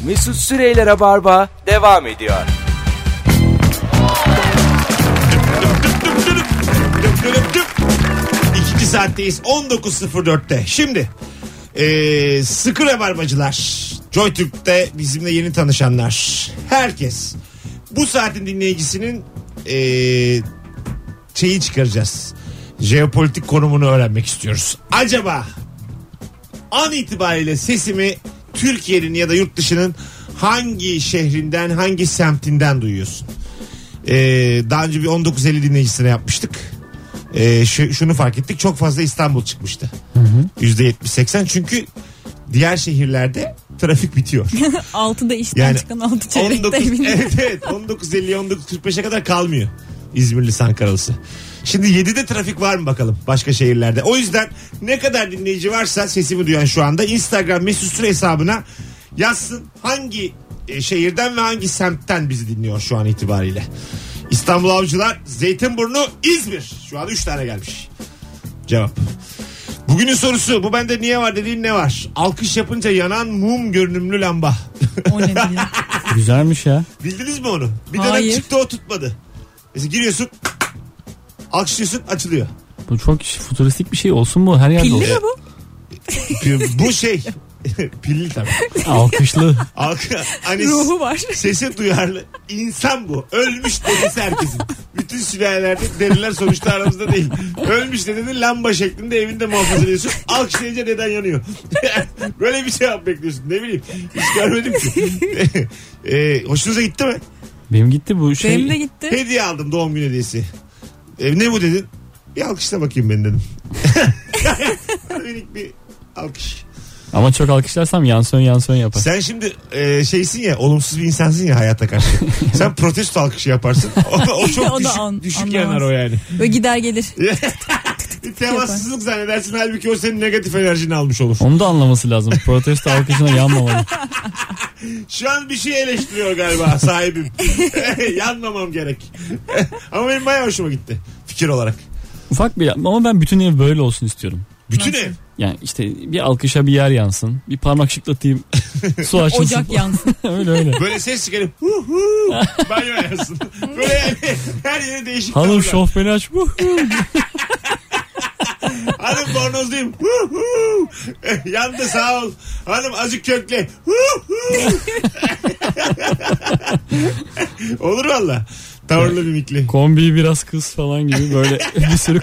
Mesut Süreyler'e barba devam ediyor. İkinci saatteyiz 19.04'te. Şimdi sıkı rabarbacılar, JoyTürk'te bizimle yeni tanışanlar, herkes bu saatin dinleyicisinin şeyi çıkaracağız. Jeopolitik konumunu öğrenmek istiyoruz. Acaba an itibariyle sesimi Türkiye'nin ya da yurt dışının hangi şehrinden, hangi semtinden duyuyorsun? Daha önce bir 19.50 dinleyicisine yapmıştık. Şunu fark ettik, çok fazla İstanbul çıkmıştı. %70-80, çünkü diğer şehirlerde trafik bitiyor. 6'da işten yani çıkan 6 çeyrekte evinde. Evet 19.50'ye 19.45'e kadar kalmıyor İzmirli Ankaralısı. Şimdi 7'de trafik var mı bakalım başka şehirlerde. O yüzden ne kadar dinleyici varsa sesimi duyan şu anda Instagram Mesut Süre hesabına yazsın hangi şehirden ve hangi semtten bizi dinliyor şu an itibariyle. İstanbul Avcılar, Zeytinburnu, İzmir. Şu an 3 tane gelmiş. Cevap. Bugünün sorusu, bu bende niye var dediğin ne var? Alkış yapınca yanan mum görünümlü lamba. O ne diyor? Güzelmiş ya. Bildiniz mi onu? Bir dönem çıktı, o tutmadı. Mesela giriyorsun, alkışlıyorsun, açılıyor. Bu çok futuristik bir şey olsun mu? Her yerde Pilli oluyor. mi bu? Bu şey pilli tabii. Alkışlı. Hani ruhu var. Sese duyarlı insan bu. Ölmüş dedesi herkesin. Bütün sülalelerde deriler sonuçta aramızda değil. Ölmüş dedenin lamba şeklinde evinde muhafaza ediyorsun. Alkışlayınca neden yanıyor? Böyle bir şey bekliyorsun. Ne bileyim. Hiç görmedim ki. Hoşunuza gitti mi? Benim gitti bu şey. Benim de gitti. Hediye aldım, doğum günü hediyesi. Ne bu dedin? Bir alkışla bakayım ben dedim. Minik bir alkış. Ama çok alkışlarsam yansön yapar. Sen şimdi şeysin ya, olumsuz bir insansın ya hayata karşı. Sen protesto alkışı yaparsın. O çok o düşük yanar o yani. Böyle gider gelir. Bir temassızlık zannedersin, halbuki o senin negatif enerjini almış olur. Onu da anlaması lazım. Protesto alkışına yanmamalı. Şu an bir şey eleştiriyor galiba sahibim. Yanmamam gerek. Ama benim bayağı hoşuma gitti fikir olarak. Ufak bir, ama ben bütün ev böyle olsun istiyorum. Bütün ev? Yani işte bir alkışa bir yer yansın. Bir parmak şıklatayım. Su açılsın. Ocak yansın. öyle. Böyle ses çıkarıp banyo yansın. Böyle yani her yere değişik. Hanım şofbeni aç. Hanım bornozluyum. Yandı sağ ol. Hanım azıcık kökle. Olur valla. Tavırlı mimikli. Kombi biraz kız falan gibi böyle bir sürü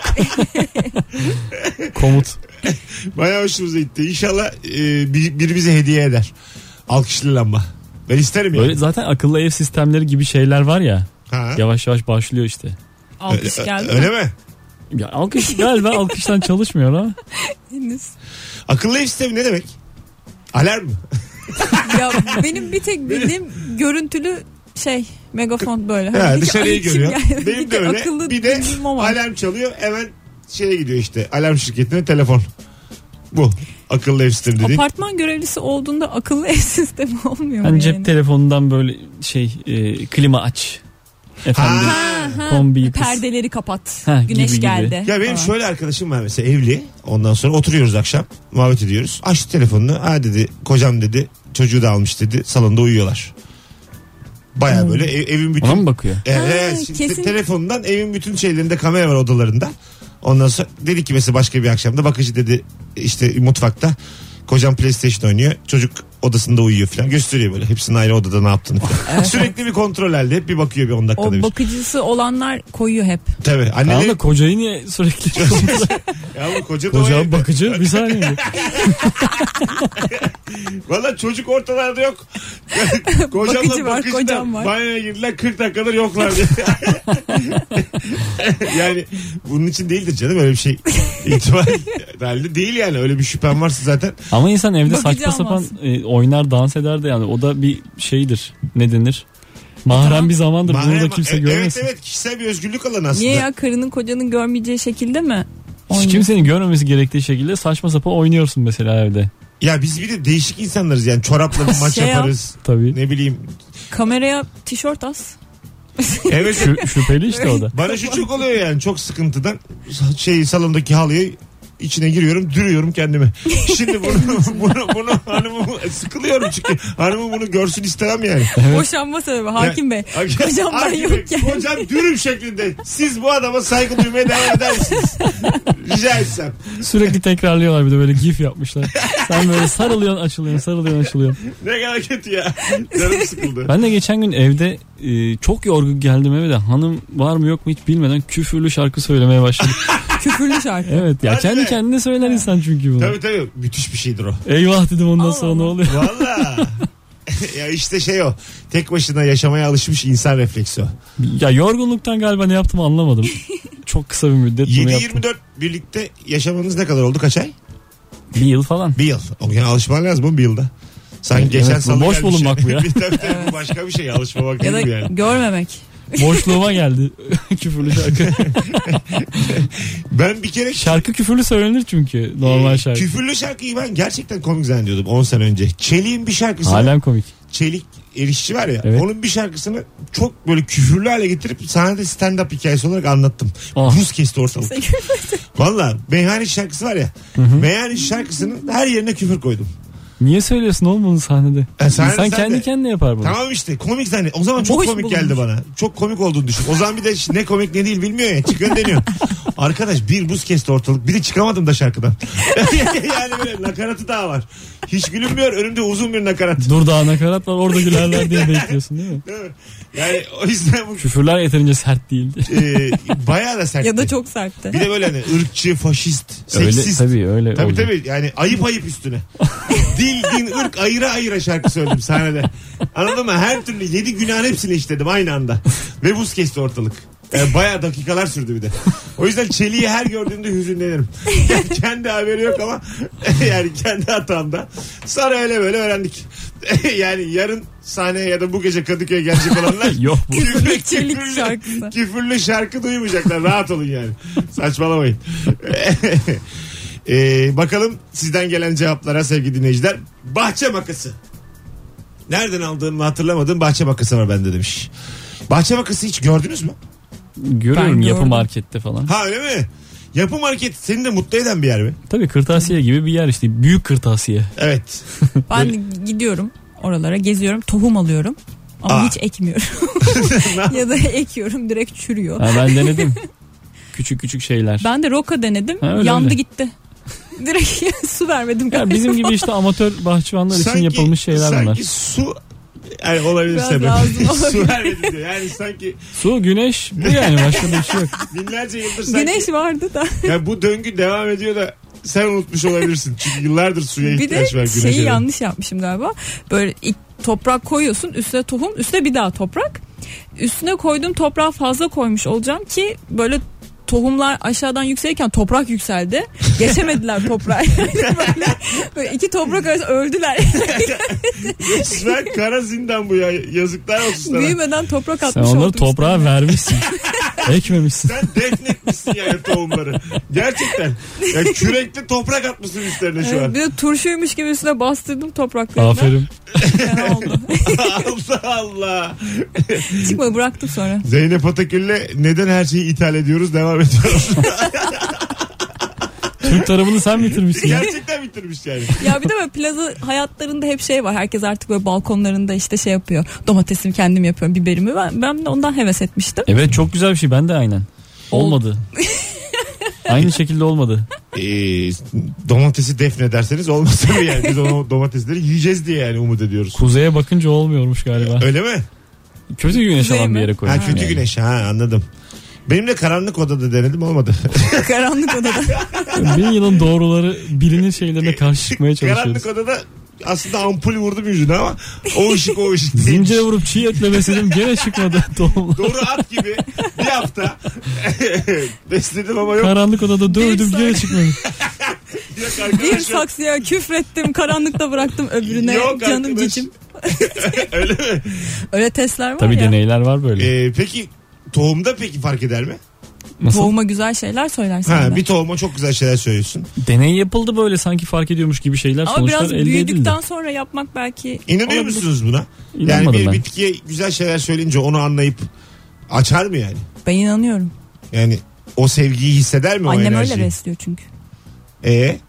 komut. Bayağı hoşumuza gitti. İnşallah biri bize hediye eder. Alkışlı lamba. Ben isterim böyle yani. Zaten akıllı ev sistemleri gibi şeyler var ya. Ha. Yavaş yavaş başlıyor işte. Alkış geldi. Öyle mi? Ya alkış galiba alkıştan çalışmıyor ha. Henüz. Akıllı ev sistemi ne demek? Alarm mı? Ya benim bir tek bildiğim görüntülü megafon böyle. Ha, dışarıyı görüyor. Yani benim de öyle. Bir de alarm çalıyor. Hemen şeye gidiyor işte. Alarm şirketine telefon. Bu. Akıllı ev sistemi dediğin. Apartman görevlisi olduğunda akıllı ev sistemi olmuyor mu? Hani cep telefonundan böyle klima aç. Efendim kombiyi kıs. Perdeleri kapat. Güneş gibi. Geldi. Ya benim şöyle arkadaşım var mesela, evli. Ondan sonra oturuyoruz akşam. Muhabbet ediyoruz. Açtı telefonunu. Ha dedi, kocam dedi. Çocuğu da almış dedi. Salonda uyuyorlar. Baya böyle evin bütün. Ona mı bakıyor? Evet. Telefonundan evin bütün şeylerinde kamera var, odalarında. Ondan sonra dedi ki mesela başka bir akşamda bakıcı dedi işte mutfakta. Kocam PlayStation oynuyor. Çocuk odasında uyuyor falan. Gösteriyor böyle. Hepsinin ayrı odada ne yaptığını falan. Sürekli bir kontrol halde. Hep bir bakıyor bir 10 dakikada bir. O bakıcısı olanlar koyuyor hep. Tabii. Anneleri... da kocayı niye sürekli ya bu koca bakıcı bir saniye. Valla çocuk ortalarda yok. Kocamla bakıcı da banyoya girdiler, 40 dakikadır yoklar diye. Yani bunun için değildir canım öyle bir şey. İhtimal halde değil yani, öyle bir şüphem varsa zaten. Ama insan evde bakıcı saçma sapan oynar, dans eder de yani o da bir şeydir. Ne denir? Mahrem bir zamandır. Bunu da kimse görmesin. Evet, kişisel bir özgürlük alanı aslında. Niye ya, karının kocanın görmeyeceği şekilde mi? Hiç kimsenin görmemesi gerektiği şekilde saçma sapan oynuyorsun mesela evde. Ya biz bir de değişik insanlarız yani, çorapla bir maç yaparız. Tabii. Ne bileyim. Kameraya tişört as. Evet. Şüpheli işte o da. Bana şu çok oluyor yani, çok sıkıntıdan salondaki halıya içine giriyorum, dürüyorum kendimi. Şimdi bunu hanımı sıkılıyorum çünkü hanımım bunu görsün istemem yani. Boşanma sebebi Hakim Bey. Kocam ben Hakim Bey, yokken. kocam dürüm şeklinde. Siz bu adama saygı duymaya devam eder misiniz? Rica etsem. Sürekli tekrarlıyorlar bir de böyle gif yapmışlar. Sen böyle sarılıyorsun açılıyorsun sarılıyorsun açılıyorsun. Ne kadar kötü ya. Canım sıkıldı. Ben de geçen gün evde çok yorgun geldim eve de hanım var mı yok mu hiç bilmeden küfürlü şarkı söylemeye başladım. Küfürlü şarkı. Evet ya Hadi kendi be. kendine söyler insan çünkü bunu. Tabii müthiş bir şeydir o. Eyvah dedim ondan Allah sonra ne Allah. oluyor? Valla. Ya işte o. Tek başına yaşamaya alışmış insan refleksi o. Ya yorgunluktan galiba ne yaptım anlamadım. Çok kısa bir müddet bunu yaptım. 7-24 birlikte yaşamanız ne kadar oldu? Kaç ay? Bir yıl falan. Bir yıl. O yani alışman lazım oğlum bir yılda. Sanki Evet, geçen bu salı boş gelmiş bulunmak bu ya. Tabii, bu başka bir şey. Alışmamak Ya da değil bu yani. görmemek. Boşluğuma geldi küfürlü şarkı. Ben bir kere Şarkı küfürlü söylenir çünkü normal şarkı. küfürlü şarkıyı ben gerçekten komik zannediyordum 10 sene önce. Çelik'in bir şarkısı. Halen komik. Çelik erişçi var ya. Evet. Onun bir şarkısını çok böyle küfürlü hale getirip sahnede stand-up hikayesi olarak anlattım. Ah. Buz kesti ortalık. Valla Meyhane şarkısı var ya. Meyhane şarkısının her yerine küfür koydum. Niye söylüyorsun oğlum bunu sahnede? Sahnede İnsan sen kendi de. kendine yapar bunu. Tamam işte komik zannet. O zaman çok Boş komik bulunmuş. geldi bana. Çok komik olduğunu düşün. O zaman bir de ne komik ne değil bilmiyor ya. Çıkın deniyor. Arkadaş bir buz kesti ortalık. Bir de çıkamadım da şarkıdan. Yani böyle nakaratı daha var. Hiç gülünmüyor. Önümde uzun bir nakarat. Dur daha nakarat var orada gülerler diye bekliyorsun değil mi? Değil mi? Yani o yüzden bu Küfürler yeterince sert değildi. bayağı da sert. Ya da çok sertti. Bir de böyle hani ırkçı, faşist, Öyle seksist. tabii öyle Tabii olacak. tabii yani ayıp üstüne. Dil, din, ırk ayıra şarkı söyledim sahnede. Anladın mı? Her türlü 7 günahın hepsini işledim aynı anda. Ve buz kesti ortalık. Yani bayağı dakikalar sürdü bir de. O yüzden Çelik'i her gördüğümde hüzünlenirim. Yani kendi haberi yok ama yani kendi hatamda. Sonra öyle böyle öğrendik. Yani yarın sahneye ya da bu gece Kadıköy'e gelecek olanlar Yok bu. küfürlü, Çelik şarkısı. küfürlü şarkı duymayacaklar. Rahat olun yani. Saçmalamayın. Bakalım sizden gelen cevaplara sevgili dinleyiciler. Bahçe makası. Nereden aldığımı hatırlamadığım bahçe makası var bende demiş. Bahçe makası hiç gördünüz mü? Görüyorum Ben yapı gördüm. markette falan. Ha öyle mi? Yapı market seni de mutlu eden bir yer mi? Tabii kırtasiye gibi bir yer işte. Büyük kırtasiye. Evet. Ben gidiyorum oralara geziyorum tohum alıyorum. Ama Aa. hiç ekmiyorum. Ya da ekiyorum direkt çürüyor. Ha, ben denedim. Küçük küçük şeyler. Ben de roka denedim. Ha, öyle, yandı öyle. gitti. Direkt su vermedim. Ya bizim gibi işte amatör bahçıvanlar için Sanki- yapılmış şeyler bunlar. Sanki su yani olabilir Biraz sebep. lazım olabilir. Su vermedi diyor. Yani sanki Su, güneş bu yani başka bir şey yok. binlerce yıldır sanki. Güneş vardı da. Ya bu döngü devam ediyor da sen unutmuş olabilirsin. Çünkü yıllardır suya Bir de ihtiyaç var güneşe. şeyi de. yanlış yapmışım galiba. Böyle ilk toprak koyuyorsun üstüne tohum üstüne bir daha toprak. Üstüne koyduğum toprağı fazla koymuş olacağım ki böyle tohumlar aşağıdan yükselirken toprak yükseldi. Geçemediler toprağı. böyle iki toprak arası öldüler. Resmen kara zindan bu ya. Yazıklar olsun sana. Büyümeden toprak Sen atmış onları oldum. toprağa vermişsin. Ekmemişsin. Sen defnetmişsin yani tohumları. Gerçekten. Ya kürekli toprak atmışsın üstlerine şu Evet, an. bir de turşuymuş gibi üstüne bastırdım topraklarını. Aferin. Fena oldu. Allah Allah. Çıkmadı bıraktım sonra. Zeynep Atakül'le neden her şeyi ithal ediyoruz devam ediyoruz. Türk tarafını sen bitirmişsin ya. Gerçekten bitirmiş yani. Ya bir de böyle plaza hayatlarında hep şey var. Herkes artık böyle balkonlarında işte şey yapıyor. Domatesimi kendim yapıyorum, biberimi. Ben de ondan heves etmiştim. Evet çok güzel bir şey ben de aynen. Olmadı. Aynı şekilde olmadı. Domatesi defnederseniz olmaz tabii yani. Biz o domatesleri yiyeceğiz diye yani umut ediyoruz. Kuzeye bakınca olmuyormuş galiba. Öyle mi? Kötü güneş Kuzey alan mi? bir yere Ha koymuş. kötü yani. güneş ha anladım. Benim de karanlık odada denedim olmadı. Karanlık odada. Bir yılın doğruları bilinir şeylerine karşı çıkmaya çalışıyoruz. Karanlık odada aslında ampul vurdum yüzüne ama o ışık değil. Zincire vurup çiğ etle besledim gene çıkmadı tohumlar. Doğru at gibi bir hafta besledim ama yok. Karanlık odada dövdüm Bir gene çıkmadı. Yok Bir arkadaş yok. saksıya küfrettim. Karanlıkta bıraktım öbürüne. Yok Canım arkadaş. cicim. Öyle mi? Öyle testler var Tabii ya. deneyler var böyle. Peki tohumda peki fark eder mi? Nasıl? Tohuma güzel şeyler söylersin. Ha, de. bir tohuma çok güzel şeyler söylüyorsun. Deney yapıldı böyle sanki fark ediyormuş gibi şeyler Ama sonuçlar biraz elde büyüdükten edildi. sonra yapmak belki İnanıyor olabilir. musunuz buna? Yani İnanmadım bir ben. bitkiye güzel şeyler söyleyince onu anlayıp açar mı yani? Ben inanıyorum. Yani o sevgiyi hisseder mi o Annem enerjiyi? öyle besliyor çünkü.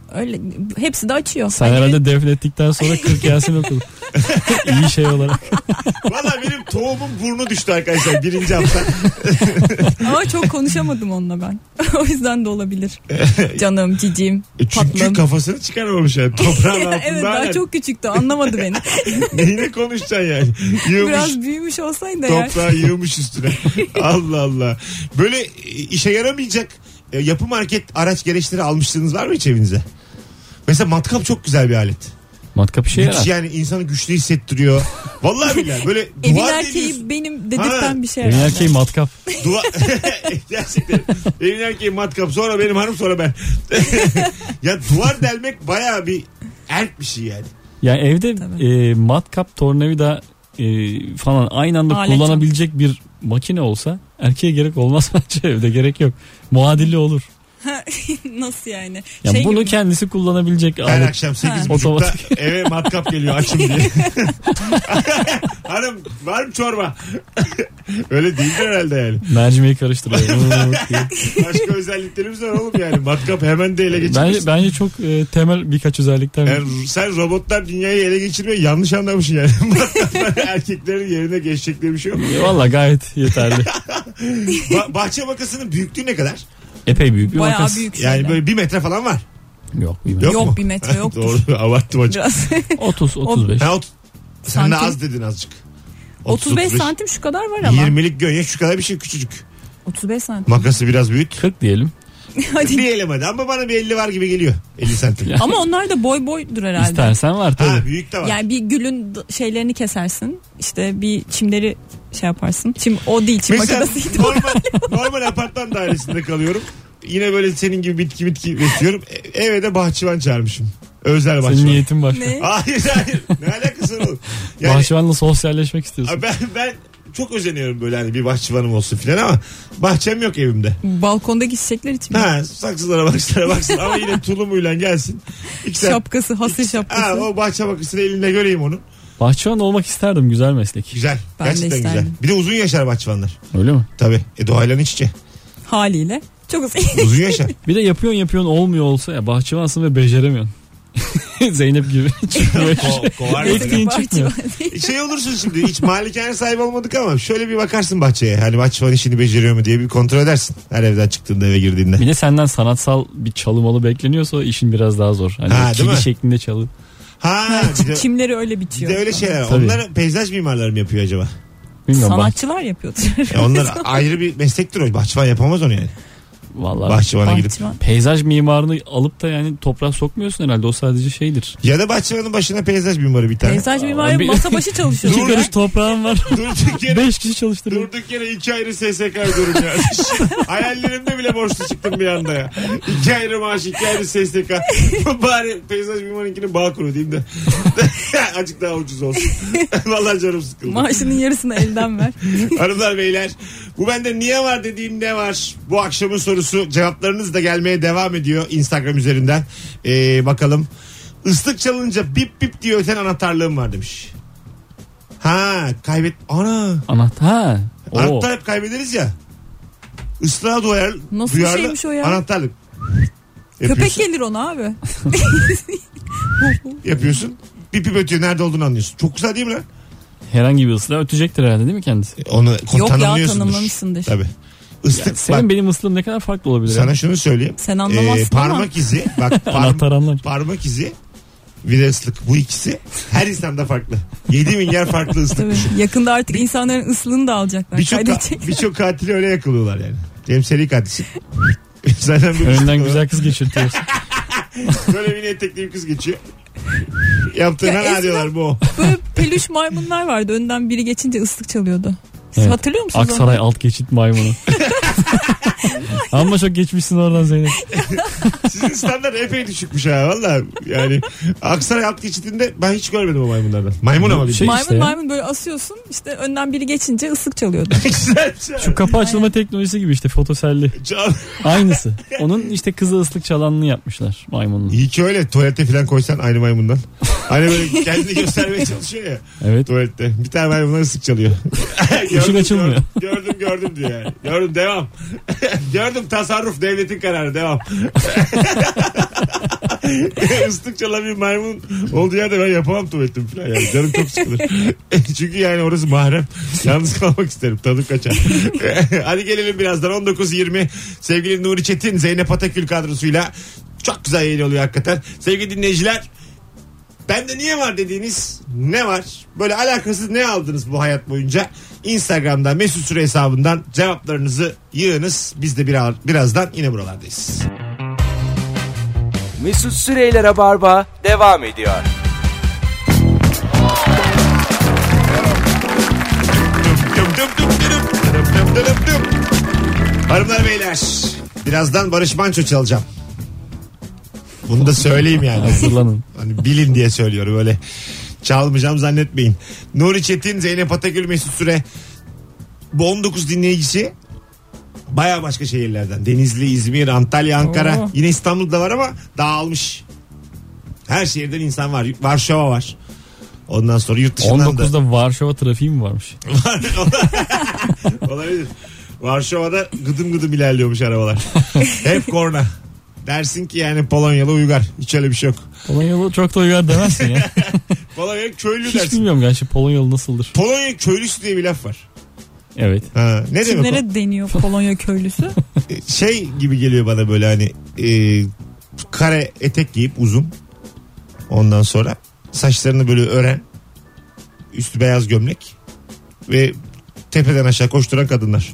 Öyle hepsi de açıyor. Sen Hani herhalde defnettikten sonra 40 Yasin okudun. İyi şey olarak. Valla benim tohumun burnu düştü arkadaşlar 1. hafta. ama çok konuşamadım onunla ben. O yüzden de olabilir. Canım, cicim, Çünkü tatlım. kafasını çıkarmamış yani toprağın altında. Evet, daha çok küçüktü, anlamadı beni. Neyine konuşacaksın yani? Yığmış, Biraz büyümüş olsaydı eğer. toprağı yığmış üstüne. Allah Allah. Böyle işe yaramayacak yapı market araç gereçleri almışlığınız var mı hiç evinize? Mesela matkap çok güzel bir alet. Matkap işe yarar. Müthiş yani insanı güçlü hissettiriyor. Vallahi billahi böyle Evin duvar erkeği deliyorsun. benim dedirten bir şey Evin herhalde. erkeği matkap. Duvar... Gerçekten. Evin erkeği matkap sonra benim hanım sonra ben. Ya duvar delmek bayağı bir erk bir şey yani. Yani evde matkap, tornavida falan aynı anda Alet kullanabilecek bir makine olsa erkeğe gerek olmaz bence, evde gerek yok. Muadili olur. Nasıl yani? Ya Şey bunu gibi mi? kendisi kullanabilecek Her alet. akşam 8.30'da Otomatik. eve matkap geliyor açın diye. Hanım var mı çorba? Öyle değildir herhalde yani. Mercimeği karıştırıyor. Başka özelliklerimiz var oğlum yani. Matkap hemen de ele geçirmiş. Bence çok temel birkaç özellikten. Yani sen robotlar dünyayı ele geçirmiyor yanlış anlamışsın yani. Matkaplar erkeklerin yerine geçecekleri bir şey yok. Valla gayet yeterli. Bahçe makasının büyüklüğü ne kadar? Epey büyük bir Bayağı makas. büyük Yani şeyler. böyle 1 metre falan var. Yok. Yok Yok, mu? 1 metre yoktur. Doğru abarttım açık. Biraz. 30-35. Sen de Santim. az dedin azıcık. 35 santim şu kadar var ama. 20'lik gönye şu kadar bir şey küçücük. 35 santim. Makası biraz büyüt. 40 diyelim. Hadi. Diyelim hadi ama bana bir 50 var gibi geliyor. 50 santim. Ya. Ama onlar da boydur herhalde. İstersen var tabii. Ha büyük de var. Yani bir gülün şeylerini kesersin. İşte bir çimleri şey yaparsın. Çim o değil, çim Mesela makinasıydı. normal apartman dairesinde kalıyorum. Yine böyle senin gibi bitki besliyorum. Eve de bahçıvan çağırmışım. Özel bahçıvan. Senin niyetin başka. Ne? Hayır. Ne alakası var oğlum? Yani, Bahçıvanla sosyalleşmek istiyorsun. ben çok özeniyorum böyle hani bir bahçıvanım olsun filan ama bahçem yok evimde. Balkondaki çiçekler için mi? Ha saksılara baksın ama yine tulumuyla gelsin. Şapkası, hasır şapkası. Ha, o bahçe bakısını elinde göreyim onun. Bahçıvan olmak isterdim, güzel meslek. Güzel. Ben de Gerçekten güzel. isterdim. Bir de uzun yaşar bahçıvanlar. Öyle mi? Tabii. Doğayla iç içe. Haliyle. Çok uzun. Uzun yaşar. Bir de yapıyorsun olmuyor olsa ya, bahçıvansın ve beceremiyorsun. Zeynep gibi çıkmıyor. Kovar Ektiğin çıkmıyor. Şey olursun şimdi hiç malikane sahibi olmadık ama şöyle bir bakarsın bahçeye. Hani bahçıvan işini beceriyor mu diye bir kontrol edersin. Her evden çıktığında eve girdiğinde. Bir de senden sanatsal bir çalımalı bekleniyorsa işin biraz daha zor. Hani Ha, değil mi? kili şeklinde çalı. Ha bir de, Çimleri öyle bir bitiyor. de öyle şeyler. Tabii. Onlar peyzaj mimarları mı yapıyor acaba? Bilmiyorum. Sanatçılar yapıyordur. Onlar ayrı bir meslektir o. Bahçıvan yapamaz onu yani. Vallahi Bahçıvana gidip. Bahçıvan. peyzaj mimarını alıp da yani toprağa sokmuyorsun herhalde, o sadece şeydir. Ya da bahçıvanın başına peyzaj mimarı bir tane. Peyzaj mimarı Bir- masa başı çalışıyor. 2 Dur karış ya. toprağın var. Durduk yere 5 kişi çalıştırıyor. Durduk yere 2 ayrı SSK ödüyorum ya. Hayallerimde bile borçlu çıktım bir anda ya. 2 ayrı maaş, 2 ayrı SSK. Bari peyzaj mimarınkini bağ kuru diyeyim de. Azıcık daha ucuz olsun. Vallahi canım sıkıldı. Maaşının yarısını elden ver. Hanımlar beyler, bu bende niye var dediğim ne var? Bu akşamın sorusu, cevaplarınız da gelmeye devam ediyor Instagram üzerinden. Bakalım. Islık çalınca bip bip diye öten anahtarlığım var demiş. Ha ana. Anahtar. Oo. Anahtar hep kaybederiz ya. Islığa Nasıl bir şeymiş o ya? Anahtarlık. Köpek Yapıyorsun, gelir ona abi. yapıyorsun. Bip bip ötüyor, nerede olduğunu anlıyorsun. Çok güzel değil mi lan? Herhangi bir ıslah ötecektir herhalde, değil mi kendisi? Onu Yok ya, tanımlıyorsundur. tanımlamışsındır. Tabii. Islık, Senin bak, benim ıslığım ne kadar farklı olabilir? sana yani? şunu söyleyeyim. Sen anlamazsın ama. Parmak izi. Bak Anahtar anlar. parmak izi bir de ıslık. Bu ikisi her insanda farklı. 7 milyar farklı ıslık. Tabii. Yakında artık insanların ıslığını da alacaklar. Birçok katili öyle yakalıyorlar yani. Cem seri katilsin. Zaten bir Önünden güzel kız geçirtiyorsun. böyle mini etekli bir kız geçiyor. Yaptığına Ya ne eskiden- diyorlar bu? Böyle peluş maymunlar vardı. Önden biri geçince ıslık çalıyordu. Siz Evet. hatırlıyor musunuz onu? Aksaray alt geçit maymunu. Ama çok geçmişsin oradan Zeynep. Sizin standart epey düşükmüş ha valla. Yani Aksaray alt geçitinde ben hiç görmedim o maymunlardan. Maymun ama bir Şey- Maymun işte ya. maymun böyle asıyorsun. İşte önden biri geçince ıslık çalıyordu. Güzel. Şu kapı açılma teknolojisi gibi işte, fotoselli. Aynısı. Onun işte kızı ıslık çalanını yapmışlar maymunun. İyi ki öyle. Tuvalete falan koysan aynı maymundan. Hani böyle kendini göstermeye çalışıyor ya. Evet. Tuvalette. Bir tane maymunlar ıslık çalıyor. Işık açılmıyor. Gördüm diyor yani. Gördüm devam. Gördüm tasarruf devletin kararı devam. Islık çalan bir maymun olduğu yerde ben yapamam tuvaletim falan yani. Canım çok sıkılır. Çünkü yani orası mahrem. Yalnız kalmak isterim. Tadım kaçar. Hadi gelelim birazdan 19.20. Sevgili Nuri Çetin, Zeynep Atakül kadrosuyla çok güzel yayın oluyor hakikaten. Sevgili dinleyiciler, bende niye var dediğiniz ne var? Böyle alakasız ne aldınız bu hayat boyunca? Instagram'dan Mesut Süre hesabından cevaplarınızı yığınız. Biz de birazdan yine buralardayız. Mesut Süreyler'e barba devam ediyor. Hanımlar beyler, birazdan Barış Manço çalacağım. Bunu da söyleyeyim yani. Hazırlanın. Hani bilin diye söylüyorum, öyle çalmayacağım zannetmeyin. Nuri Çetin, Zeynep Atakül, Mesut Süre. Bu 19 dinleyicisi baya başka şehirlerden. Denizli, İzmir, Antalya, Ankara. Oo. Yine İstanbul'da var ama dağılmış. Her şehirden insan var. Varşova var. Ondan sonra yurt dışından da. 19'da Varşova trafiği mi varmış? Olabilir. Varşova'da gıdım gıdım ilerliyormuş arabalar. Hep korna. Dersin ki yani Polonyalı uygar. Hiç öyle bir şey yok. Polonyalı çok da uygar demezsin ya. Polonya köylü Hiç dersin. bilmiyorum gerçi Polonyalı nasıldır. Polonya köylüsü diye bir laf var. Evet. Ha, ne demek o? Kimlere deniyor Polonya köylüsü? Şey gibi geliyor bana böyle hani kare etek giyip uzun. Ondan sonra saçlarını böyle ören. Üstü beyaz gömlek. Ve tepeden aşağı koşturan kadınlar.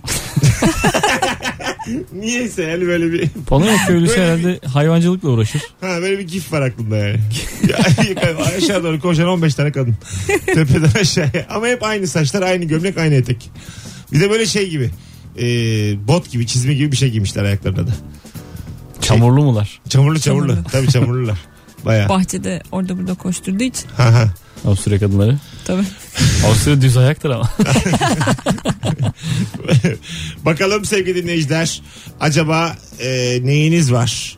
Niyeyse yani böyle bir... Polonya köylüsü Böyle herhalde hayvancılıkla uğraşır. Ha, böyle bir gif var aklımda yani. Aşağı doğru koşan 15 tane kadın. Tepeden aşağıya. Ama hep aynı saçlar, aynı gömlek, aynı etek. Bir de böyle şey gibi. Bot gibi, çizme gibi bir şey giymişler ayaklarına da. Çamurlu mular? Çamurlu. Çamurlu. Tabii çamurlular. Bayağı. Bahçede orada burada koşturduğu için. Ha. Avusturya kadınları. Tabii. Avusturya düz ayaktır ama. Bakalım sevgili dinleyiciler. Acaba neyiniz var?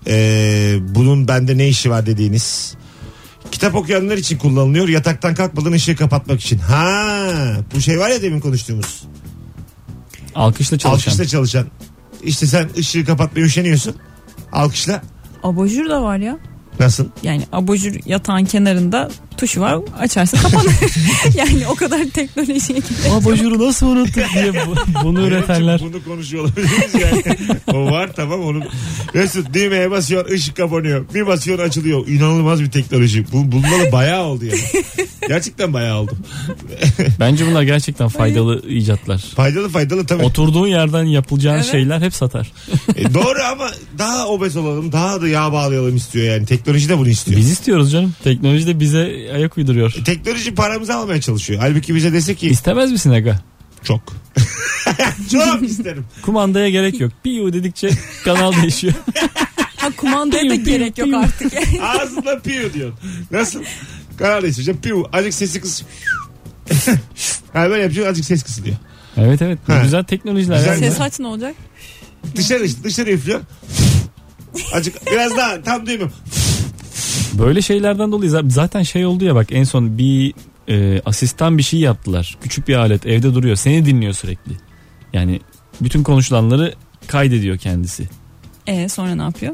Bunun bende ne işi var dediğiniz. Kitap okuyanlar için kullanılıyor. Yataktan kalkmadan ışığı kapatmak için. Ha, bu şey var ya demin konuştuğumuz. Alkışla çalışan. Alkışla çalışan. İşte sen ışığı kapatmaya üşeniyorsun. Alkışla. Abajur da var ya. Nasıl? Yani abajur yatağın kenarında tuşu var. Açarsın kapanır. Yani o kadar teknolojiye gidiyor. Abajuru nasıl unuttuk diye bunu üretenler. Bunu konuşuyor olabiliriz yani. O var tamam onu. Mesut düğmeye basıyor, ışık kapanıyor. Bir basıyor, açılıyor. İnanılmaz bir teknoloji. Bu bulmalı bayağı oldu yani. Gerçekten bayağı oldu. Bence bunlar gerçekten faydalı icatlar. Faydalı tabii. Oturduğun yerden yapılacağın şeyler hep satar. Doğru ama daha obez olalım, daha da yağ bağlayalım istiyor yani. Teknoloji de bunu istiyor. Biz istiyoruz canım. Teknoloji de bize ayak uyduruyor. Teknoloji paramızı almaya çalışıyor. Halbuki bize dese ki İstemez misin aga? çok. Çok isterim. Kumandaya gerek yok. Piyu dedikçe kanal değişiyor. Ha, kumandaya da gerek yok artık. Yani. Ağzında piyo diyor. Nasıl? Karar değiştireceğim. Piyo. Azıcık sesi kıs. Ha böyle yapıyor, azıcık ses kısılıyor. Evet. Ha. Güzel teknolojiler. Güzel. yani. Ses aç ne olacak? Dışarı üflüyor. Azıcık biraz daha tam duymuyorum. Böyle şeylerden dolayı zaten şey oldu ya bak en son bir asistan bir şey yaptılar. Küçük bir alet evde duruyor. Seni dinliyor sürekli. Yani bütün konuşulanları kaydediyor kendisi. Sonra ne yapıyor?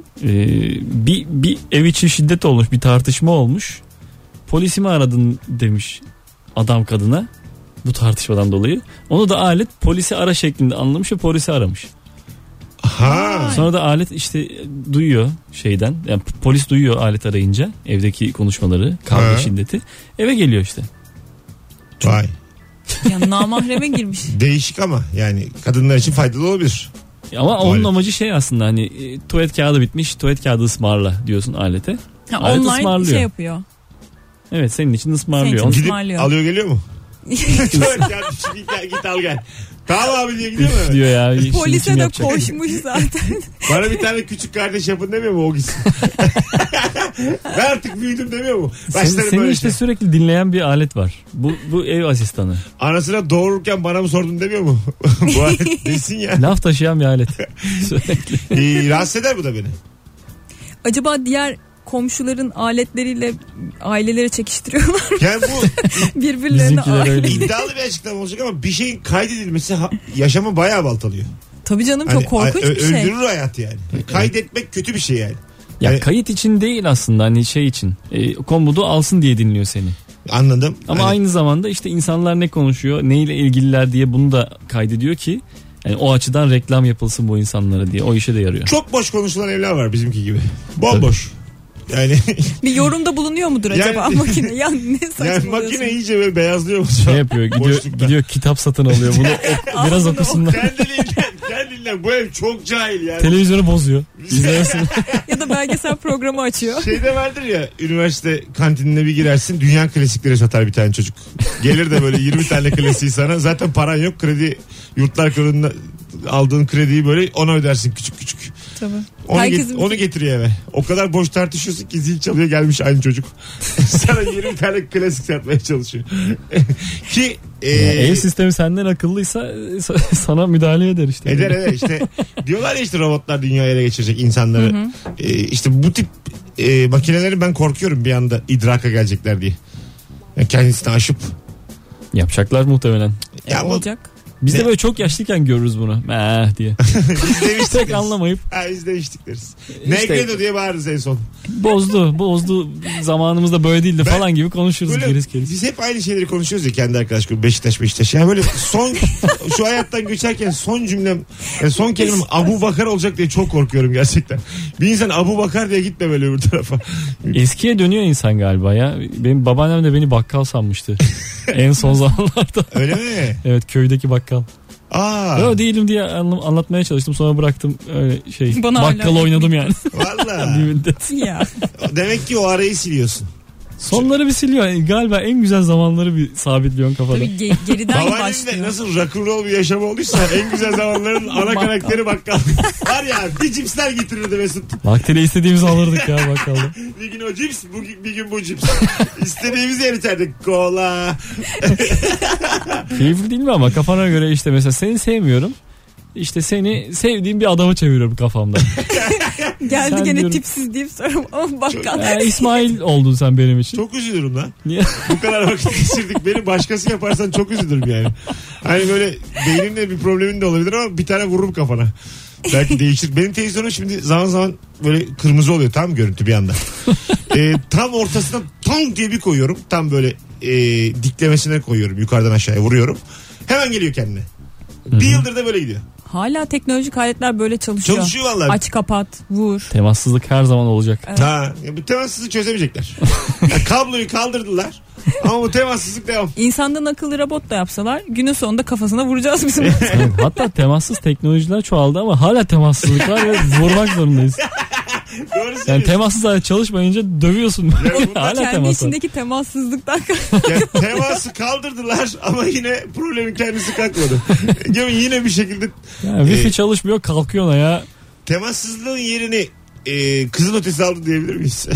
Bir ev içi şiddet olmuş, bir tartışma olmuş. Polisi mi aradın demiş adam kadına bu tartışmadan dolayı. Onu da alet polisi ara şeklinde anlamış ve polisi aramış. Ha. Sonra da alet işte duyuyor şeyden. Yani polis duyuyor alet arayınca evdeki konuşmaları, kavga şiddeti. Eve geliyor işte. Vay. Yani namahreme girmiş. Değişik ama yani kadınlar için faydalı olabilir. Ama onun Alet. amacı şey aslında hani tuvalet kağıdı bitmiş, tuvalet kağıdı ısmarla diyorsun alete. Ha, Alet online ısmarlıyor. şey yapıyor. Evet senin için ısmarlıyor. Senin için. Gidip İsmail alıyor geliyor mu? Evet kardeşim git al gel. Tamam abi diye gidiyor mu? diyor ya. işini Polise kim de yapacak? koşmuş zaten. Bana bir tane küçük kardeş yapın demiyor mu o gitsin? Ben artık büyüdüm demiyor mu? Başlarım Seni böyle işte şey. sürekli dinleyen bir alet var. Bu ev asistanı. Anasına doğururken bana mı sordun demiyor mu? Bu alet desin ya. Laf taşıyan bir alet. Sürekli. Rahatsız eder bu da beni. Acaba diğer komşuların aletleriyle aileleri çekiştiriyorlar. Yani bu Birbirlerine Bizimkiler öyle. iddialı bir açıklama olacak ama bir şeyin kaydedilmesi yaşamı bayağı baltalıyor. Tabii canım Hani çok korkunç bir şey. Öldürür hayatı yani. Kaydetmek kötü bir şey yani. Ya Yani- kayıt için değil aslında, hani şey için. Komodu alsın diye dinliyor seni. Anladım. Ama Hani- aynı zamanda işte insanlar ne konuşuyor, neyle ilgililer diye bunu da kaydediyor ki yani o açıdan reklam yapılsın bu insanlara diye, o işe de yarıyor. Çok boş konuşulan evler var bizimki gibi. Bomboş. Yani Bir yorumda bulunuyor mudur acaba Yani- makine? Ya ne yani saçmalıyorsun? makine iyice böyle beyazlıyor mu? Şey yapıyor, Boşlukta. gidiyor kitap satın alıyor bunu biraz okusunlar. Kendiliğinden bu ev çok cahil yani. Televizyonu bozuyor. İzlemesin. Ya da belgesel programı açıyor. Şeyde vardır ya, üniversite kantinine bir girersin, dünya klasikleri satar bir tane çocuk. Gelir de böyle 20 tane klasiği sana. Zaten paran yok, kredi yurtlar kurulunda aldığın krediyi böyle ona ödersin küçük küçük. Tabii. Onu, Herkesin onu getiriyor eve. O kadar boş tartışıyorsun ki zil çalıyor, gelmiş aynı çocuk. Sana 20 tane klasik satmaya çalışıyor. Ki Ev sistemi senden akıllıysa sana müdahale eder işte. eder işte. Diyorlar ya işte robotlar dünyayı ele geçirecek insanları. İşte bu tip makineleri ben korkuyorum bir anda idraka gelecekler diye. Yani kendisini aşıp. Yapacaklar muhtemelen. Ya bu olacak. Biz Ne? de böyle çok yaşlıyken görürüz bunu. diye. biz demiştik. Tek anlamayıp Ha, biz demiştik deriz. Negredo diye bağırırız en son. bozdu zamanımızda böyle değildi Ben- falan gibi konuşuruz Böyle geriz geriz. biz hep aynı şeyleri konuşuyoruz ya kendi arkadaş grubu, Beşiktaş. Yani böyle son şu hayattan geçerken son cümlem, son kelimem Abu Bakar olacak diye çok korkuyorum gerçekten. Bir insan Abu Bakar diye gitme böyle öbür tarafa. Eskiye dönüyor insan galiba ya. Benim babaannem de beni bakkal sanmıştı. En son zamanlarda. Öyle mi? Evet, köydeki bakkal. Aa. Yo değilim diye anlatmaya çalıştım, sonra bıraktım öyle şey. Bana Bakkal hala- oynadım yani. Valla. Bir müddet. Ya. Demek ki o arayı siliyorsun. Sonları bir siliyor. Galiba en güzel zamanları bir sabitliyorsun kafada. Tabii geriden Babaannem de başlıyor. nasıl rock'n'roll bir yaşam olduysa en güzel zamanların ana karakteri bakkal. Var ya, bir cipsler getirirdi Mesut. Vaktiyle istediğimizi alırdık ya bakkalda. Bir gün o cips, bir gün bu cips. İstediğimiz yer içerdik. Kola. Keyifli değil mi ama kafana göre işte mesela seni sevmiyorum. İşte seni sevdiğim bir adama çeviriyorum kafamda. Geldi Sen gene diyorum- tipsiz deyip sonra ama bakkal. İsmail oldun sen benim için. Çok üzülürüm lan. Niye? Bu kadar vakit geçirdik. Beni başkası yaparsan çok üzülürüm yani. Hani böyle beyninde bir problemin de olabilir ama bir tane vururum kafana. Belki değişir. Benim televizyonum şimdi zaman zaman böyle kırmızı oluyor, tam görüntü bir anda. Tam ortasına tam diye bir koyuyorum. Tam böyle diklemesine koyuyorum. Yukarıdan aşağıya vuruyorum. Hemen geliyor kendine. Bir yıldır da böyle gidiyor. Hala teknolojik aletler böyle çalışıyor. Çalışıyor vallahi. Aç kapat vur. Temassızlık her zaman olacak. Ha, bu temassızlığı çözemeyecekler. Ya kabloyu kaldırdılar. Ama bu temassızlık devam. İnsandan akıllı robot da yapsalar günün sonunda kafasına vuracağız bizim. Evet, hatta temassız teknolojiler çoğaldı ama hala temassızlık var ve vurmak zorundayız. Doğru Yani söylüyorsun. temassız alet çalışmayınca dövüyorsun. hala Kendi temas var. içindeki temassızlıktan Yani teması kaldırdılar ama yine problemin kendisi kalkmadı. Yani yine bir şekilde Yani wifi çalışmıyor, kalkıyor ona ya. temassızlığın yerini kızıl ötesi aldı diyebilir miyiz?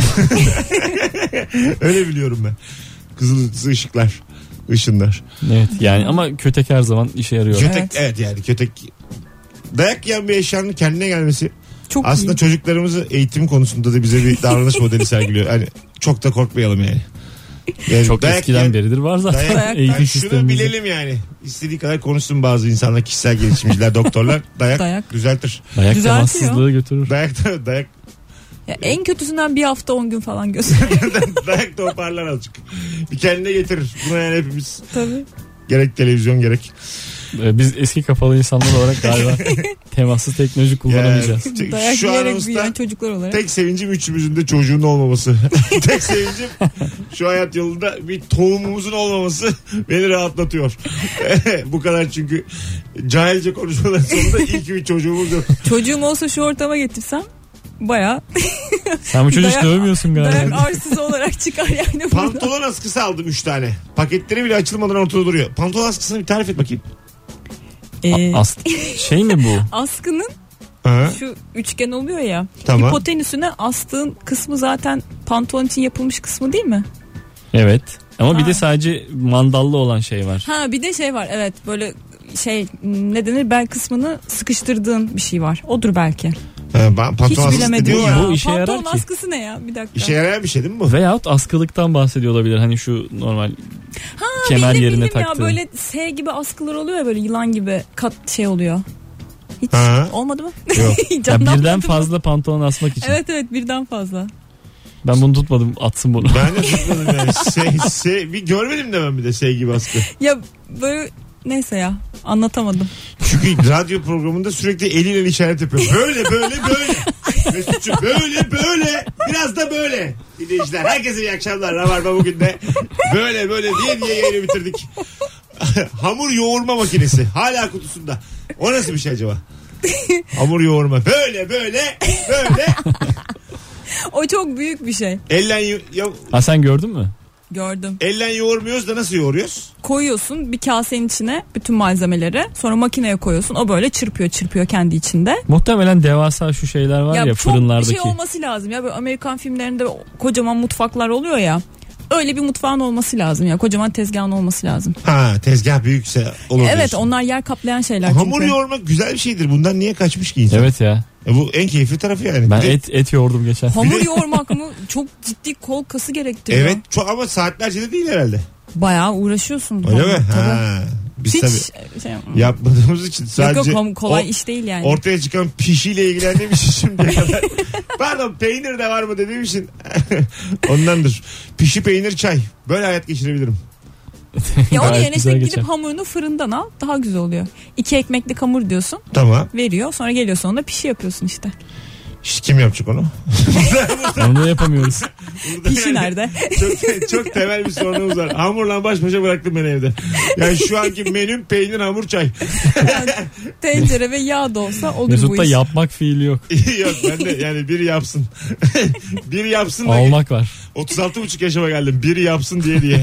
Öyle biliyorum ben. Kızıl ötesi ışıklar, ışınlar. Evet yani ama kötek her zaman işe yarıyor. Kötek, Evet. evet yani kötek. Dayak yiyen bir eşyanın kendine gelmesi çok aslında iyi. çocuklarımızı eğitim konusunda da bize bir davranış modeli sergiliyor. Hani çok da korkmayalım yani. Yani Çok dayak eskiden yiyen- beridir var zaten Dayak, eğitim yani şunu sistemimizde. bilelim yani. İstediği kadar konuşsun bazı insanlar, kişisel gelişimciler, doktorlar. Dayak, Dayak. düzeltir. Dayak Düzeltiyor. temassızlığı götürür. Dayak Ya en kötüsünden bir hafta 10 gün falan gösteriyor. dayak toparlar azıcık. Bir kendine getirir. Buna yani hepimiz Tabii. gerek televizyon gerek. Biz eski kafalı insanlar olarak galiba temassız teknoloji kullanamayacağız. Yani, Dayak şu yiyerek anonsta büyüyen çocuklar olarak. tek sevincim üçümüzün de çocuğun olmaması. Tek sevincim şu hayat yolunda bir tohumumuzun olmaması beni rahatlatıyor. Bu kadar çünkü cahilce konuşmaların sonunda iyi ki bir çocuğumuz yok. Çocuğum olsa şu ortama getirsem baya Sen bu çocuğu hiç Dayak- dövmüyorsun dayak galiba. arsız olarak çıkar yani burada. Pantolon askısı aldım 3 tane. Paketleri bile açılmadan ortada duruyor. Pantolon askısını bir tarif et bakayım. Şey mi bu? Askının Ha, şu üçgen oluyor ya. tamam. Hipotenüsüne astığın kısmı zaten pantolon için yapılmış kısmı değil mi? Evet. Ama bir Ha. de sadece mandallı olan şey var. Ha bir de şey var evet böyle şey ne denir bel kısmını sıkıştırdığın bir şey var. Odur belki. Pantolon Hiç askısı bilemedim dediğin ya. Bu işe yarar Pantolon ki. askısı ne ya bir dakika. İşe yarayan bir şey değil mi bu? Veyahut askılıktan bahsediyor olabilir. Hani şu normal kemer Bildim, yerine bildim ya taktığın. böyle S gibi askılar oluyor ya böyle yılan gibi kat şey oluyor. Hiç Ha. olmadı mı? Yok. Hiç Ya birden anlatmadım mı? fazla pantolon asmak için. Evet birden fazla. Ben bunu tutmadım, atsın bunu. Ben de tutmadım yani. Bir görmedim de ben bir de gibi askı. Ya böyle neyse ya anlatamadım. Çünkü radyo programında sürekli eliyle işaret yapıyor. Böyle. Mesut'cum böyle. Biraz da böyle. Dinleyiciler herkese iyi akşamlar. Rabarba bugün de böyle diye yayını bitirdik. Hamur yoğurma makinesi. Hala kutusunda. O nasıl bir şey acaba? Hamur yoğurma. Böyle. O çok büyük bir şey. Ha sen gördün mü? Gördüm. Elle yoğurmuyoruz da nasıl yoğuruyoruz? Koyuyorsun bir kasenin içine bütün malzemeleri. Sonra makineye koyuyorsun. O böyle çırpıyor kendi içinde. Muhtemelen devasa şu şeyler var ya fırınlardaki. Çok bir şey olması lazım ya. Böyle Amerikan filmlerinde kocaman mutfaklar oluyor ya. Öyle bir mutfağın olması lazım ya. Kocaman tezgahın olması lazım. Ha, tezgah büyükse olur Evet diyorsun. onlar yer kaplayan şeyler Hamur çünkü. yoğurmak güzel bir şeydir. Bundan niye kaçmış ki insan? Evet ya. Bu en keyifli tarafı yani. Ben Bir de- et yoğurdum geçen. Hamur yoğurmak mı? Çok ciddi kol kası gerektiriyor. Evet çok ama saatlerce de değil herhalde. Bayağı uğraşıyorsun. Öyle hamur, mi? tabii. Ha. Biz Hiç tabii şey yapmadığımız için sadece yok kolay iş değil yani. ortaya çıkan pişiyle ilgilendiğim için şimdiye kadar. Pardon peynir de var mı dediğim için. Ondandır. Pişi peynir çay. Böyle hayat geçirebilirim. Ya onun Gayet yerine güzel işte geçer. gidip hamurunu fırından al daha güzel oluyor. 2 ekmeklik hamur diyorsun Tamam. veriyor sonra geliyorsun ona pişi yapıyorsun işte. İşte kim yapacak onu? Onu da yapamıyoruz. Burada Pişi yani nerede? çok temel bir sorunumuz var. Hamurla baş başa bıraktım beni evde. Yani şu anki menüm peynir, hamur, çay. Tencere ve yağ da olsa olur bu Mesut'ta iş. yapmak fiili yok. Yok ben de yani biri yapsın. Biri yapsın da Almak var. 36,5 yaşıma geldim. Biri yapsın diye.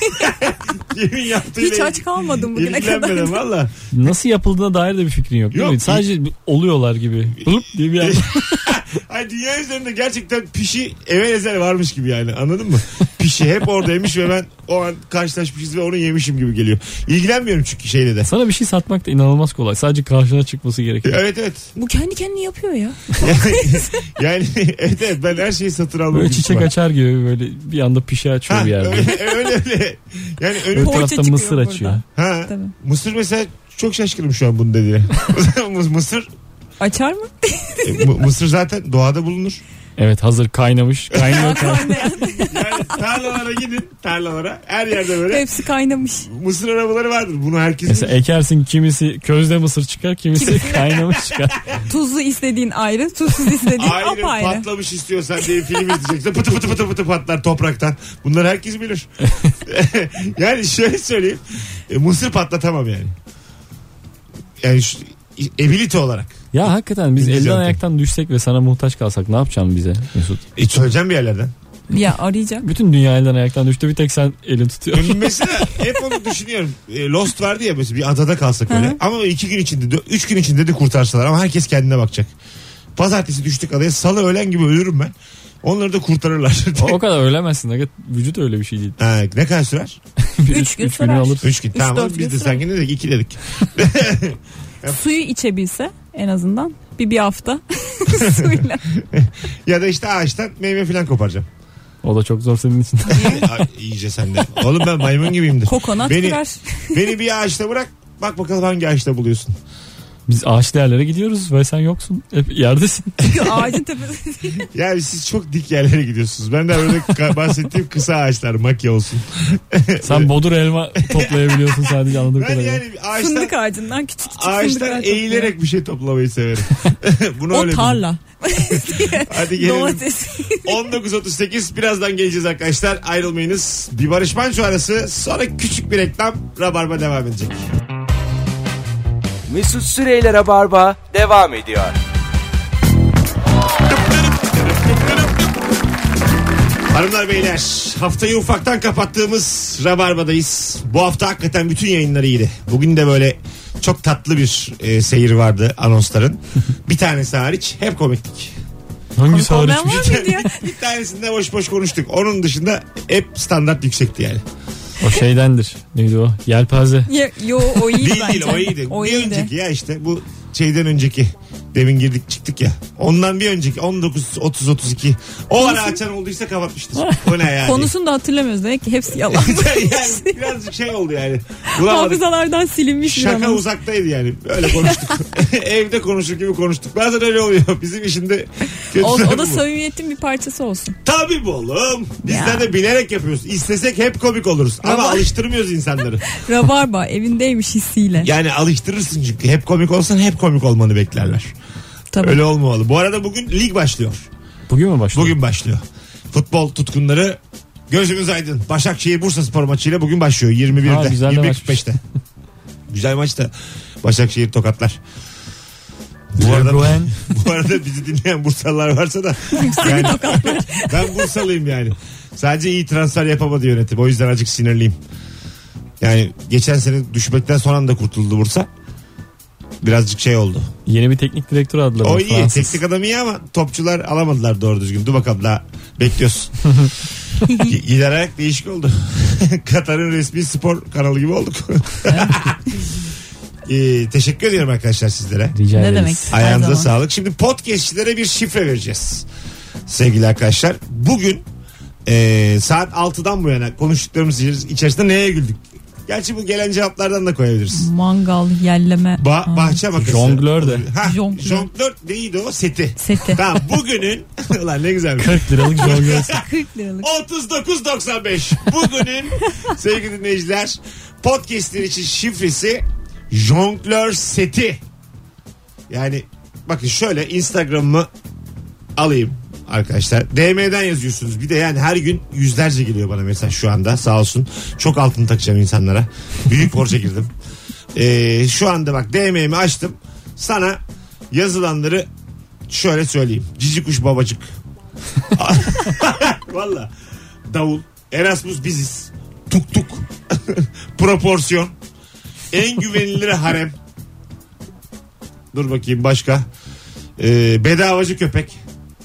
Kimin yaptığıyla Hiç aç kalmadım bugüne kadar. ilgilenmedim valla. Nasıl yapıldığına dair de bir fikrin yok, değil Yok. mi? Sadece oluyorlar gibi. Bulup diye bir anda. Ay dünya üzerinde gerçekten pişi eve ezel varmış gibi yani anladın mı? Pişi hep oradaymış ve ben o an karşılaşmışız ve onu yemişim gibi geliyor. İlgilenmiyorum çünkü şeyle de. Sana bir şey satmak da inanılmaz kolay. Sadece karşına çıkması gerekiyor. Evet. Bu kendi kendine yapıyor ya. Yani evet ben her şeyi satın almam. Böyle çiçek açar gibi böyle bir anda pişi açıyor Ha, bir yerde. öyle. Yani Öbür önüm... Poğaça tarafta çıkıyor mısır buradan. açıyor. Ha, Tabii. mısır mesela çok şaşkınım şu an bunu dediğine. Mısır Açar mı? Mısır zaten doğada bulunur. Evet hazır kaynamış. Kaynıyor. Yani tarlalara gidin tarlalara her yerde böyle Hepsi kaynamış. mısır arabaları vardır. Bunu herkes Mesela ekersin kimisi közde mısır çıkar, kimisi kaynamış çıkar. Tuzlu istediğin ayrı, tuzsuz istediğin ayrı apayrı. patlamış istiyorsan diye film izleyeceksin. Pıtı pıtı patlar topraktan. Bunları herkes bilir. Yani şöyle söyleyeyim. Mısır patlatamam yani. Yani ability olarak. Ya hakikaten biz İngilizce elden anlatayım. ayaktan düşsek ve sana muhtaç kalsak ne yapacaksın bize Mesut? Söyleyeceğim bir yerlerden. Ya arayacak. Bütün dünya elden ayaktan düştü, bir tek sen elin tutuyor. Mesela hep onu düşünüyorum. Lost vardı ya mesela bir adada kalsak öyle. Hı. Ama 2 gün içinde 3 gün içinde de kurtarsalar ama herkes kendine bakacak. Pazartesi düştük adaya, salı öğlen gibi ölürüm ben. Onları da kurtarırlar. O kadar ölemezsin. Vücut öyle bir şey değil. Ha, ne kadar sürer? 3 gün Üç günü sürer. alır. 3 gün. Tamam dört biz gün de sürer. sanki ne dedik? 2 dedik. Suyu içebilse en azından bir hafta suyla. Ya da işte ağaçtan meyve falan koparacağım. O da çok zor senin için. Ay, iyice sende. Oğlum ben maymun gibiyimdir. Kokonat kırar. Beni bir ağaçta bırak. Bak bakalım hangi ağaçta buluyorsun. Biz ağaçlı yerlere gidiyoruz ve sen yoksun. Hep yerdesin. Ağacın tepesinde. Yani siz çok dik yerlere gidiyorsunuz. Ben de öyle bahsettiğim kısa ağaçlar makya olsun. Sen bodur elma toplayabiliyorsun sadece, anladığım Ben kadarıyla. yani ağaçtan, Fındık ağacından küçük küçük fındıklar ağaçtan topluyor. eğilerek bir şey toplamayı severim. Bunu O öyle tarla. bilin. Hadi gelelim. Domates. 19.38 birazdan geleceğiz arkadaşlar. Ayrılmayınız. Bir Barış Manço arası, sonra küçük bir reklam. Rabarba devam edecek. Mesut Süreyler'e barba devam ediyor. Hanımlar beyler, haftayı ufaktan kapattığımız Rabarba'dayız. Bu hafta hakikaten bütün yayınlar iyiydi. Bugün de böyle çok tatlı bir seyir vardı anonsların. Bir tanesi hariç hep komiktik. Hangisi Komik hariç? olmayan var mıydı ya? Bir tanesinde boş boş konuştuk. Onun dışında hep standart yüksekti yani. O şeydendir. Neydi o? Yelpaze. Yo o iyiydi Değil bence. değil o iyiydi. O Bir iyiydi. önceki ya işte bu şeyden önceki. Demin girdik çıktık ya. Ondan bir önceki 19-30-32. O ara açan olduysa kapatmıştır. O ne yani? Konusunu da hatırlamıyoruz. Demek ki hepsi yalan. Yani birazcık şey oldu yani. Bulamadık. Hafızalardan silinmiş bir Şaka anons. uzaktaydı yani. Öyle konuştuk. Evde konuşur gibi konuştuk. Bazen öyle oluyor. Bizim işinde kötü O tarafı da bu. samimiyetin bir parçası olsun. Tabii bu oğlum. Bizler Ya. de bilerek yapıyoruz. İstesek hep komik oluruz. Ama Ama- alıştırmıyoruz insanları. Rabarba evindeymiş hissiyle. Yani alıştırırsın çünkü. Hep komik olsan hep komik olmanı beklerler. Tabii. Öyle olmamalı. Bu arada bugün lig başlıyor. Bugün mü başlıyor? Bugün başlıyor. Futbol tutkunları gözümüz aydın. Başakşehir Bursaspor maçıyla bugün başlıyor 21'de. Ha, güzel de 21.45'te. Güzel maçta. Başakşehir tokatlar. Bu arada bizi dinleyen Bursalılar varsa da yani, ben Bursalıyım yani. Sadece iyi transfer yapamadı yönetim. O yüzden azıcık sinirliyim. Yani geçen sene düşmekten son anda kurtuldu Bursa. Birazcık şey oldu. Yeni bir teknik direktör aldılar. O iyi. Fransız. Teknik adam iyi ama topçular alamadılar doğru düzgün. Dur bakalım daha bekliyoruz. Giderek değişik oldu. Katar'ın resmi spor kanalı gibi olduk. Teşekkür ediyorum arkadaşlar sizlere. Rica Ne ederiz. demek? Her Ayağınıza zaman. sağlık. Şimdi podcastçilere bir şifre vereceğiz. Sevgili arkadaşlar. Bugün saat 6'dan bu yana konuştuklarımız içerisinde neye güldük? Gerçi bu gelen cevaplardan da koyabiliriz. Mangal, yelleme. Bahçe makası. Jonglör de. Ha, Jonglör. jonglör neydi o? Seti. Seti. Tamam bugünün ulan ne güzel. 40 liralık jonglör. 40 liralık. 39.95 bugünün sevgili dinleyiciler podcastler için şifresi jonglör seti. Yani bakın şöyle Instagram'ımı alayım arkadaşlar. DM'den yazıyorsunuz. Bir de yani her gün yüzlerce geliyor bana mesaj şu anda sağ olsun. Çok altını takacağım insanlara. Büyük borca girdim. Şu anda bak DM'mi açtım. Sana yazılanları şöyle söyleyeyim. Cici kuş babacık. Valla. Davul. Erasmus biziz. Tuk tuk. Proporsiyon. En güvenilir harem. Dur bakayım başka. Bedavacı köpek.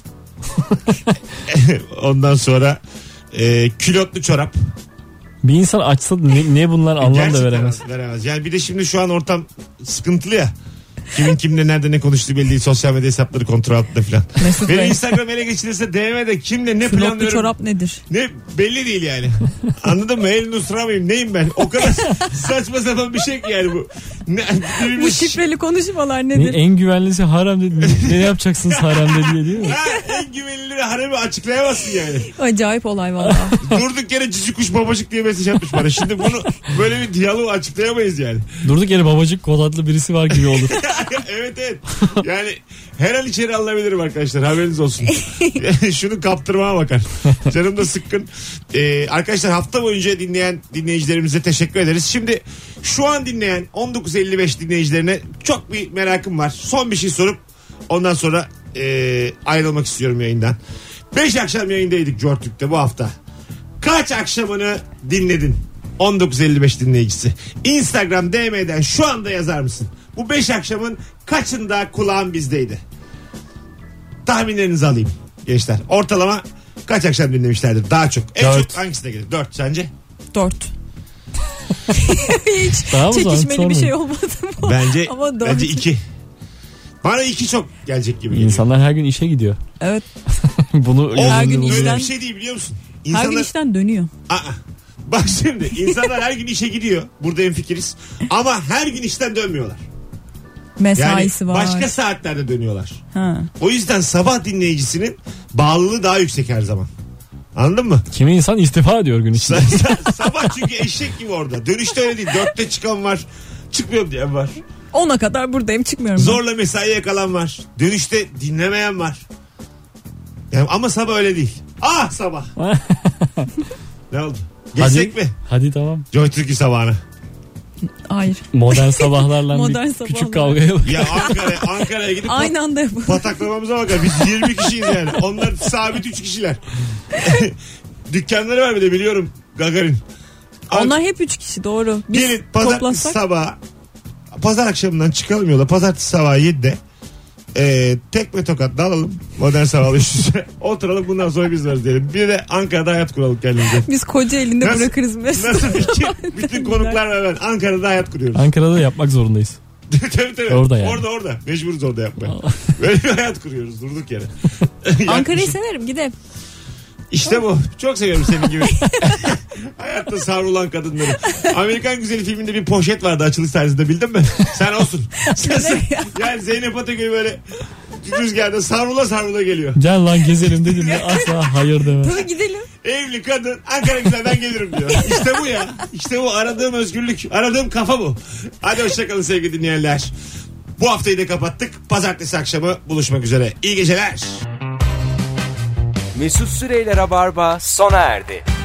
Ondan sonra külotlu çorap. Bir insan açsa da ne bunlar anlam da Gerçekten veremez. Yani bir de şimdi şu an ortam sıkıntılı ya. Kimin kimle nerede ne konuştuğu belli değil. Sosyal medya hesapları kontrol altında falan. Mesut Benim Bey. Instagram ele geçirirse DM'de kimle ne Floplu planlıyorum. çorap nedir? Ne belli değil yani. Anladın mı? El Nusra mıyım? Neyim ben? O kadar saçma sapan bir şey ki yani bu. Bu şifreli konuşmalar nedir? En güvenlisi haremde. Ne yapacaksınız haremde diye değil mi? Ha, en güvenilir haremi açıklayamazsın yani. Acayip olay valla. Durduk yere cici kuş babacık diye mesaj atmış bana. Şimdi bunu böyle bir diyaloğu açıklayamayız yani. Durduk yere babacık kod adlı birisi var gibi olur. Evet. Yani her an içeri alınabilirim arkadaşlar. Haberiniz olsun. Şunu kaptırmama bakar. Canım da sıkkın. Arkadaşlar hafta boyunca dinleyen dinleyicilerimize teşekkür ederiz. Şimdi şu an dinleyen 19.55 dinleyicilerine çok bir merakım var. Son bir şey sorup ondan sonra ayrılmak istiyorum yayından. 5 akşam yayındaydık Jortürk'te bu hafta. Kaç akşamını dinledin? 19.55 dinleyicisi. Instagram DM'den şu anda yazar mısın? Bu 5 akşamın kaçında kulağın bizdeydi? Tahminlerinizi alayım gençler. Ortalama kaç akşam dinlemişlerdir? Daha çok. En 4. çok hangisine gelir? 4 sence? 4. Hiç Daha mı çekişmeli sonra bir mı? şey olmadı mı? Bence Ama 4. bence 2. Bana 2 çok gelecek gibi geliyor. İnsanlar her gün işe gidiyor. Evet. Bunu O her gün öyle işten- bir şey değil biliyor musun? Her gün işten dönüyor. Aa, bak şimdi insanlar her gün işe gidiyor. Burada hemfikiriz. Ama her gün işten dönmüyorlar. Yani Mesaisi var. başka saatlerde dönüyorlar. Ha. O yüzden sabah dinleyicisinin bağlılığı daha yüksek her zaman. Anladın mı? Kimi insan istifa ediyor gün içinde. Sabah çünkü eşek gibi orada. Dönüşte öyle değil. 4'te çıkan var. Çıkmıyorum diyen var. 10'a kadar buradayım çıkmıyorum. ben. Zorla mesaiye kalan var. Dönüşte dinlemeyen var. Yani ama sabah öyle değil. Ah sabah. Ne oldu? Geçsek mi? Hadi tamam. Joy Türk'ü sabahına. Hayır. Modern sabahlarla Modern bir küçük sabahlar. kavgaya bak. Ya Ankara'ya gidip Aynı anda yapalım. pataklamamıza bakar. Biz 20 kişiyiz yani. Onlar sabit 3 kişiler. Dükkanları var bir de biliyorum. Gagarin. Onlar hep 3 kişi doğru. Biz Gelin pazartesi toplasak sabah, pazar akşamından çıkalım yola. Pazartesi sabahı 7'de tekme tokat dalalım. Modern sabah üst üste. Oturalım bundan sonra biz varız diyelim. Bir de Ankara'da hayat kuralım kendimize. biz koca elinde Nasıl- bırakırız mesela. Nasıl fikir? Bütün konuklar ve ben Ankara'da hayat kuruyoruz. Ankara'da yapmak zorundayız. Tabii. Orada yani. Orada. Mecburuz orada yapmaya. Böyle bir hayat kuruyoruz durduk yere. Ankara'yı severim gidelim. İşte bu. Çok seviyorum senin gibi. Hayatta savrulan kadınları. Amerikan Güzeli filminde bir poşet vardı açılış tarzında, bildin mi? Sen olsun. Yani Zeynep Atakül böyle rüzgarda savrula geliyor. Gel lan gezelim dedim ya asla hayır demez. Tabii gidelim. Evli kadın Ankara Güzel ben gelirim diyor. İşte bu ya. İşte bu aradığım özgürlük. Aradığım kafa bu. Hadi hoşçakalın sevgili dinleyenler. Bu haftayı da kapattık. Pazartesi akşamı buluşmak üzere. İyi geceler. Mesut Süreyler'e barba sona erdi.